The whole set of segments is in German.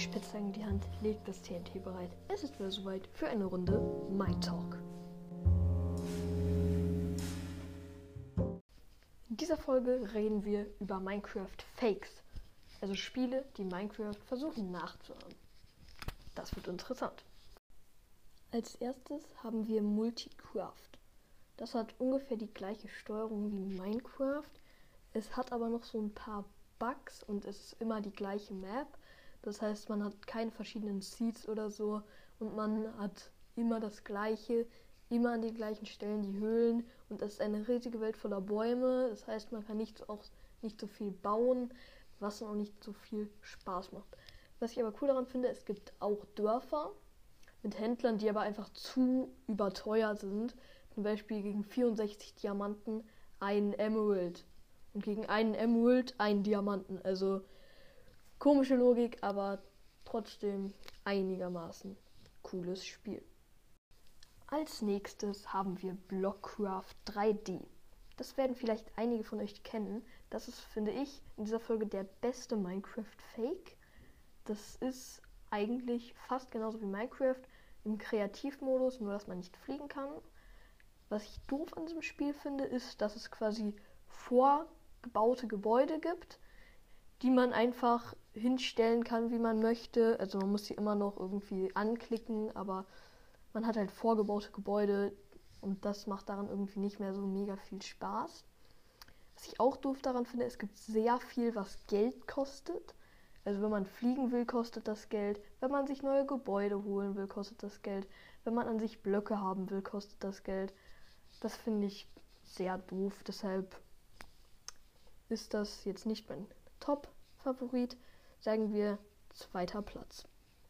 Spitzhacke in die Hand, legt das TNT bereit. Es ist wieder soweit für eine Runde Mindtalk. In dieser Folge reden wir über Minecraft Fakes, also Spiele, die Minecraft versuchen nachzuahmen. Das wird interessant. Als erstes haben wir Multicraft. Das hat ungefähr die gleiche Steuerung wie Minecraft. Es hat aber noch so ein paar Bugs und es ist immer die gleiche Map. Das heißt, man hat keine verschiedenen Seeds oder so und man hat immer das Gleiche, immer an den gleichen Stellen die Höhlen und es ist eine riesige Welt voller Bäume. Das heißt, man kann nicht so viel bauen, was auch nicht so viel Spaß macht. Was ich aber cool daran finde, es gibt auch Dörfer mit Händlern, die aber einfach zu überteuert sind. Zum Beispiel gegen 64 Diamanten ein Emerald und gegen einen Emerald einen Diamanten. Also komische Logik, aber trotzdem einigermaßen cooles Spiel. Als nächstes haben wir Blockcraft 3D. Das werden vielleicht einige von euch kennen. Das ist, finde ich, in dieser Folge der beste Minecraft-Fake. Das ist eigentlich fast genauso wie Minecraft im Kreativmodus, nur dass man nicht fliegen kann. Was ich doof an diesem Spiel finde, ist, dass es quasi vorgebaute Gebäude gibt, die man einfach hinstellen kann, wie man möchte. Also man muss sie immer noch irgendwie anklicken, aber man hat halt vorgebaute Gebäude und das macht daran irgendwie nicht mehr so mega viel Spaß. Was ich auch doof daran finde, es gibt sehr viel, was Geld kostet. Also wenn man fliegen will, kostet das Geld. Wenn man sich neue Gebäude holen will, kostet das Geld. Wenn man an sich Blöcke haben will, kostet das Geld. Das finde ich sehr doof. Deshalb ist das jetzt nicht mein Top-Favorit. Sagen wir 2. Platz.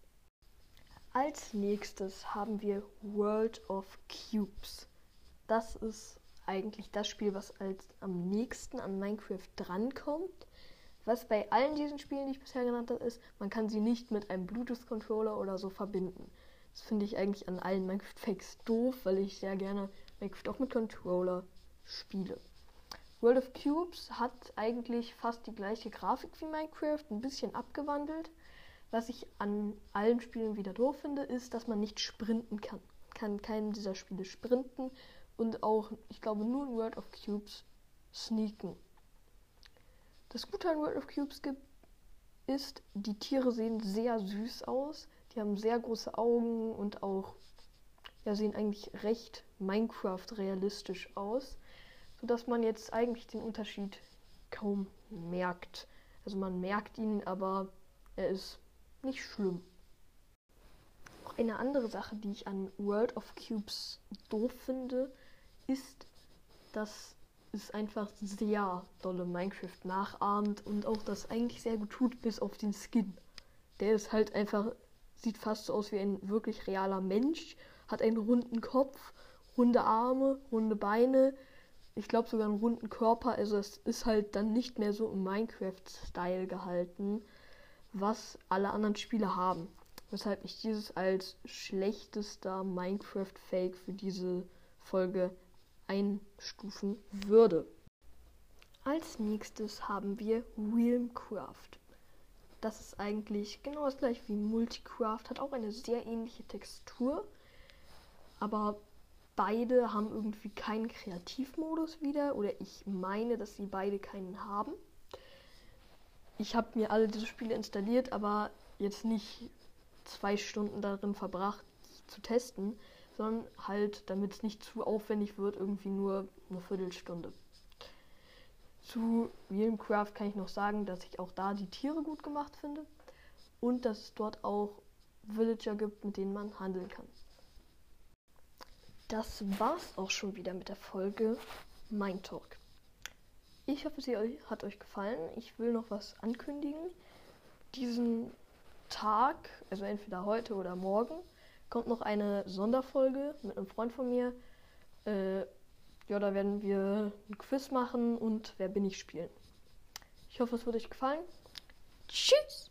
Als nächstes haben wir World of Cubes. Das ist eigentlich das Spiel, was am nächsten an Minecraft drankommt. Was bei allen diesen Spielen, die ich bisher genannt habe, ist, man kann sie nicht mit einem Bluetooth-Controller oder so verbinden. Das finde ich eigentlich an allen Minecraft-Fakes doof, weil ich sehr gerne Minecraft auch mit Controller spiele. World of Cubes hat eigentlich fast die gleiche Grafik wie Minecraft, ein bisschen abgewandelt. Was ich an allen Spielen wieder doof finde, ist, dass man nicht sprinten kann. Man kann keinem dieser Spiele sprinten und auch, ich glaube, nur in World of Cubes sneaken. Das Gute an World of Cubes ist, die Tiere sehen sehr süß aus. Die haben sehr große Augen und auch sehen eigentlich recht Minecraft-realistisch aus, sodass man jetzt eigentlich den Unterschied kaum merkt. Also man merkt ihn, aber er ist nicht schlimm. Auch eine andere Sache, die ich an World of Cubes doof finde, ist, dass es einfach sehr dolle Minecraft nachahmt und auch das eigentlich sehr gut tut, bis auf den Skin. Der ist halt einfach, sieht fast so aus wie ein wirklich realer Mensch, hat einen runden Kopf, runde Arme, runde Beine, ich glaube sogar einen runden Körper, also es ist halt dann nicht mehr so im Minecraft-Style gehalten, was alle anderen Spiele haben. Weshalb ich dieses als schlechtester Minecraft-Fake für diese Folge einstufen würde. Als nächstes haben wir Realmcraft. Das ist eigentlich genau das gleiche wie Multicraft, hat auch eine sehr ähnliche Textur, aber beide haben irgendwie keinen Kreativmodus wieder, oder ich meine, dass sie beide keinen haben. Ich habe mir alle diese Spiele installiert, aber jetzt nicht 2 Stunden darin verbracht, die zu testen, sondern halt, damit es nicht zu aufwendig wird, irgendwie nur eine Viertelstunde. Zu Realmcraft kann ich noch sagen, dass ich auch da die Tiere gut gemacht finde und dass es dort auch Villager gibt, mit denen man handeln kann. Das war's auch schon wieder mit der Folge Mindtalk. Ich hoffe, sie hat euch gefallen. Ich will noch was ankündigen. Diesen Tag, also entweder heute oder morgen, kommt noch eine Sonderfolge mit einem Freund von mir. Da werden wir ein Quiz machen und Wer bin ich spielen. Ich hoffe, es wird euch gefallen. Tschüss!